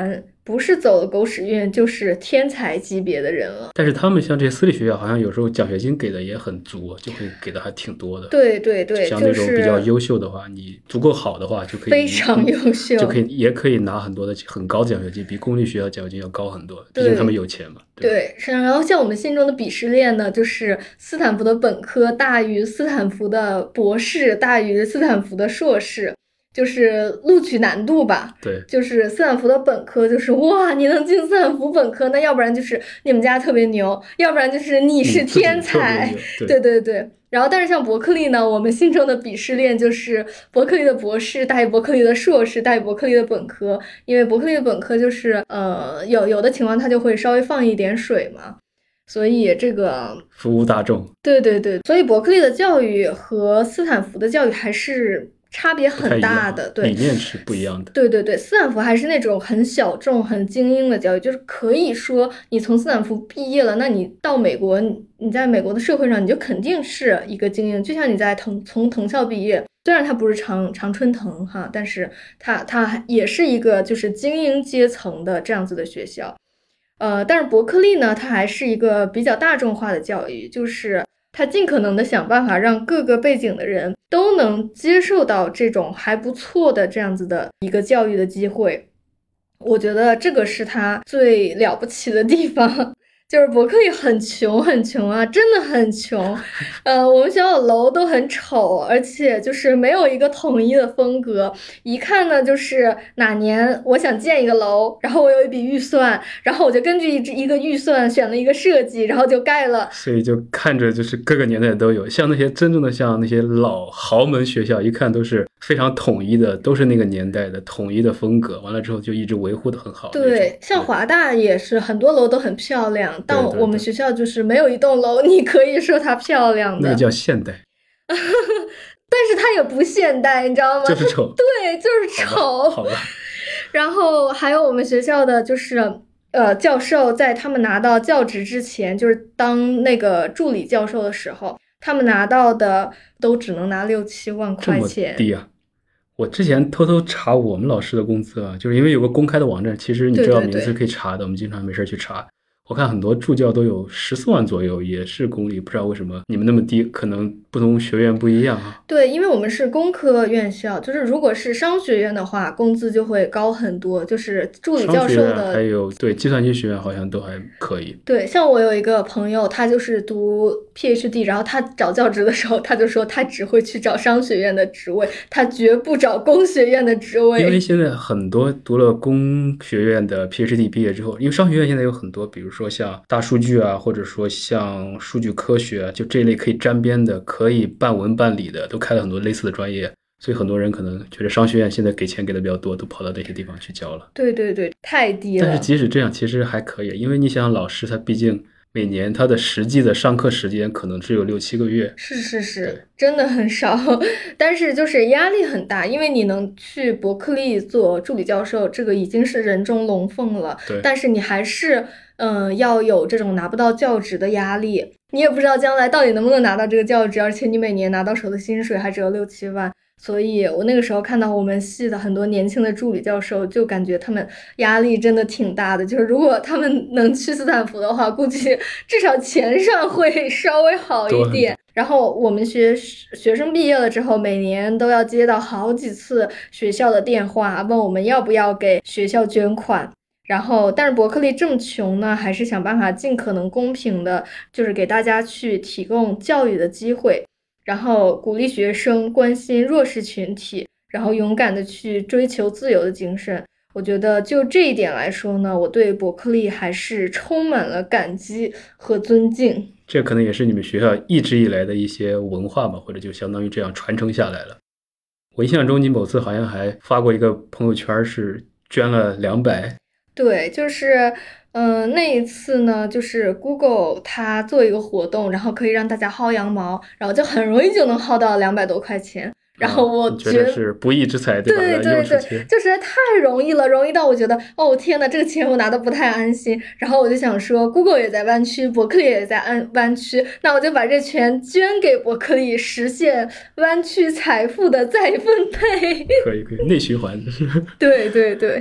不是走了狗屎运就是天才级别的人了。 但是他们像这些私立学校，好像有时候奖学金给的也很足，就会给的还挺多的。 对对对， 像那种比较优秀的话，就是、你足够好的话，就可以非常优秀， 就可以也可以拿很多的很高的奖学金，比公立学校奖学金要高很多，毕竟他们有钱嘛。 对，对，然后像我们心中的鄙视链呢，就是斯坦福的本科大于斯坦福的博士，大于斯坦福的硕士。就是录取难度吧， 对， 就是斯坦福的本科，就是哇，你能进斯坦福本科，那要不然就是你们家特别牛，要不然就是你是天才， 对对对对。然后，但是像伯克利呢，我们心中的鄙视链就是伯克利的博士大于伯克利的硕士大于伯克利的本科，因为伯克利的本科就是呃有有的情况它就会稍微放一点水嘛。所以这个服务大众， 对对对，所以伯克利的教育和斯坦福的教育还是差别很大的，对， 理念是不一样的。 对对对，斯坦福还是那种很小众、很精英的教育，就是可以说你从斯坦福毕业了，那你到美国，你你在美国的社会上，你就肯定是一个精英。就像你在藤从藤校毕业，虽然它不是常常春藤哈，但是它它也是一个就是精英阶层的这样子的学校。呃，但是伯克利呢，它还是一个比较大众化的教育，就是他尽可能的想办法让各个背景的人都能接受到这种还不错的这样子的一个教育的机会。我觉得这个是他最了不起的地方。就是伯克利很穷很穷啊，真的很穷。呃，我们学校的楼都很丑，而且就是没有一个统一的风格。一看呢，就是哪年我想建一个楼，然后我有一笔预算，然后我就根据一一个预算选了一个设计，然后就盖了。 所以就看着就是各个年代都有，像那些真正的像那些老豪门学校，一看都是非常统一的，都是那个年代的统一的风格。完了之后就一直维护的很好。 对，像华大也是很多楼都很漂亮。但我们学校就是没有一栋楼你可以说它漂亮的， 那个叫现代。 但是它也不现代，你知道吗？ 就是丑。 对，就是丑。 好吧。 然后还有我们学校的就是呃教授，在他们拿到教职之前，就是当那个助理教授的时候，他们拿到的都只能拿六七万块钱。 这么低啊！我之前偷偷查我们老师的工资啊，就是因为有个公开的网站，其实你知道名字可以查的， 对对对， 我们经常没事去查。我看很多助教都有十四万左右，也是公立，不知道为什么你们那么低，可能不同学院不一样啊。 对，因为我们是工科院校，就是如果是商学院的话，工资就会高很多，就是助理教授的。 还有对计算机学院好像都还可以。 对，像我有一个朋友，他就是读 P H D， 然后他找教职的时候，他就说他只会去找商学院的职位，他绝不找工学院的职位。 因为现在很多读了工学院的 P H D 毕业之后，因为商学院现在有很多，比如说像大数据啊，或者说像数据科学啊，就这一类可以沾边的，可以半文半理的，都开了很多类似的专业。所以很多人可能觉得商学院现在给钱给的比较多，都跑到那些地方去教了。 对对对，太低了。 但是即使这样，其实还可以，因为你想，老师他毕竟每年他的实际的上课时间可能只有六七个月。 是是是，真的很少。但是就是压力很大，因为你能去伯克利做助理教授，这个已经是人中龙凤了。 对。 但是你还是嗯、呃、要有这种拿不到教职的压力，你也不知道将来到底能不能拿到这个教职，而且你每年拿到手的薪水还只有六七万。所以我那个时候看到我们系的很多年轻的助理教授，就感觉他们压力真的挺大的。就是如果他们能去斯坦福的话，估计至少钱上会稍微好一点。然后我们学学生毕业了之后，每年都要接到好几次学校的电话，问我们要不要给学校捐款。然后但是伯克利这么穷呢，还是想办法尽可能公平的，就是给大家去提供教育的机会，然后鼓励学生关心弱势群体，然后勇敢的去追求自由的精神。我觉得就这一点来说呢，我对伯克利还是充满了感激和尊敬。 这可能也是你们学校一直以来的一些文化吧，或者就相当于这样传承下来了。我印象中你某次好像还发过一个朋友圈，是捐了两百。 对，就是嗯、呃，那一次呢，就是 Google 它做一个活动，然后可以让大家薅羊毛，然后就很容易就能薅到两百多块钱。然后我觉得是不义之财，对吧？ 对对对，就实在太容易了，容易到我觉得，哦天哪，这个钱我拿的不太安心。然后我就想说 ，Google 也在湾区，伯克利也在安湾区，那我就把这钱捐给伯克利，实现湾区财富的再分配。 可以可以，内循环。 对对对。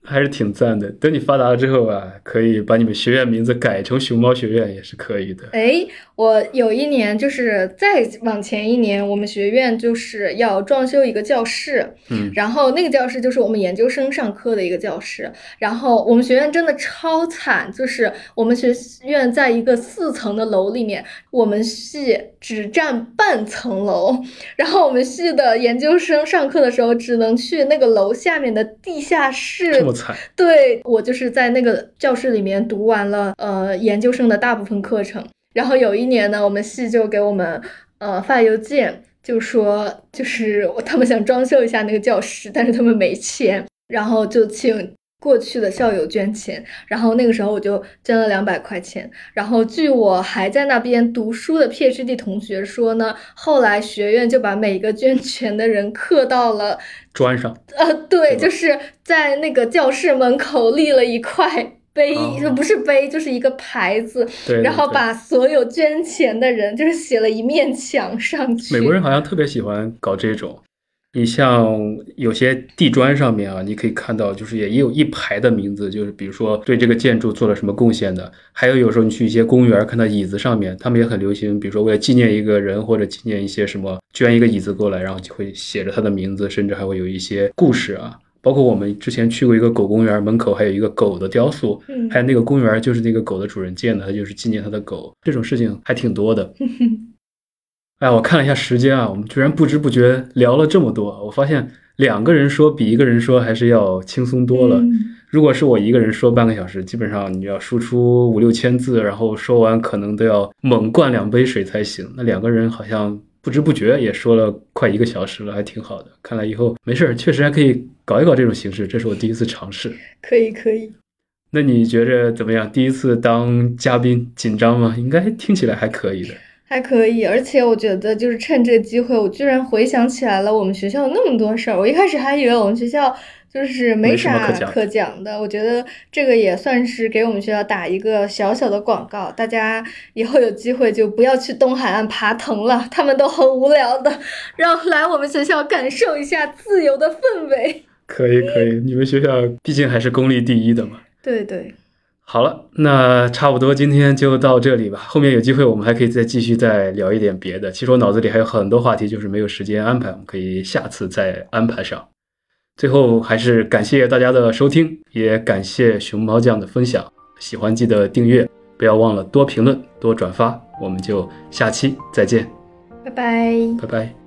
还是挺赞的。等你发达了之后啊，可以把你们学院名字改成熊猫学院也是可以的。 哎，我有一年就是再往前一年，我们学院就是要装修一个教室， 嗯， 然后那个教室就是我们研究生上课的一个教室。然后我们学院真的超惨，就是我们学院在一个四层的楼里面，我们系只占半层楼，然后我们系的研究生上课的时候只能去那个楼下面的地下室。 这么惨？ 对，我就是在那个教室里面读完了呃研究生的大部分课程。然后有一年呢，我们系就给我们呃发邮件，就说就是他们想装修一下那个教室，但是他们没钱，然后就请过去的校友捐钱。然后那个时候我就捐了两百块钱。然后据我还在那边读书的 PhD 同学说呢，后来学院就把每个捐钱的人刻到了砖上。 呃，对，就是在那个教室门口立了一块碑， 哦、 不是碑，就是一个牌子， 对对对， 然后把所有捐钱的人就是写了一面墙上去。 美国人好像特别喜欢搞这种，你像有些地砖上面啊，你可以看到就是也有一排的名字，就是比如说对这个建筑做了什么贡献的。还有有时候你去一些公园看到椅子上面，他们也很流行，比如说为了纪念一个人或者纪念一些什么，捐一个椅子过来，然后就会写着他的名字，甚至还会有一些故事啊。包括我们之前去过一个狗公园，门口还有一个狗的雕塑， 嗯， 还有那个公园就是那个狗的主人建的，他就是纪念他的狗。这种事情还挺多的。哎，我看了一下时间啊，我们居然不知不觉聊了这么多。我发现两个人说比一个人说还是要轻松多了。 嗯， 如果是我一个人说半个小时，基本上你要输出五六千字，然后说完可能都要猛灌两杯水才行。那两个人好像不知不觉也说了快一个小时了，还挺好的。看来以后没事，确实还可以搞一搞这种形式，这是我第一次尝试。 可以可以。 那你觉着怎么样？第一次当嘉宾紧张吗？应该听起来还可以的。 还可以，而且我觉得就是趁这个机会，我居然回想起来了我们学校那么多事儿。我一开始还以为我们学校就是没啥可讲的，我觉得这个也算是给我们学校打一个小小的广告。大家以后有机会就不要去东海岸爬藤了，他们都很无聊的，让来我们学校感受一下自由的氛围。 可以可以，你们学校毕竟还是公立第一的嘛。 对对。 好了，那差不多今天就到这里吧。后面有机会我们还可以再继续再聊一点别的。其实我脑子里还有很多话题，就是没有时间安排，我们可以下次再安排上。最后还是感谢大家的收听，也感谢熊猫酱的分享。喜欢记得订阅，不要忘了多评论多转发。我们就下期再见， 拜拜， 拜拜。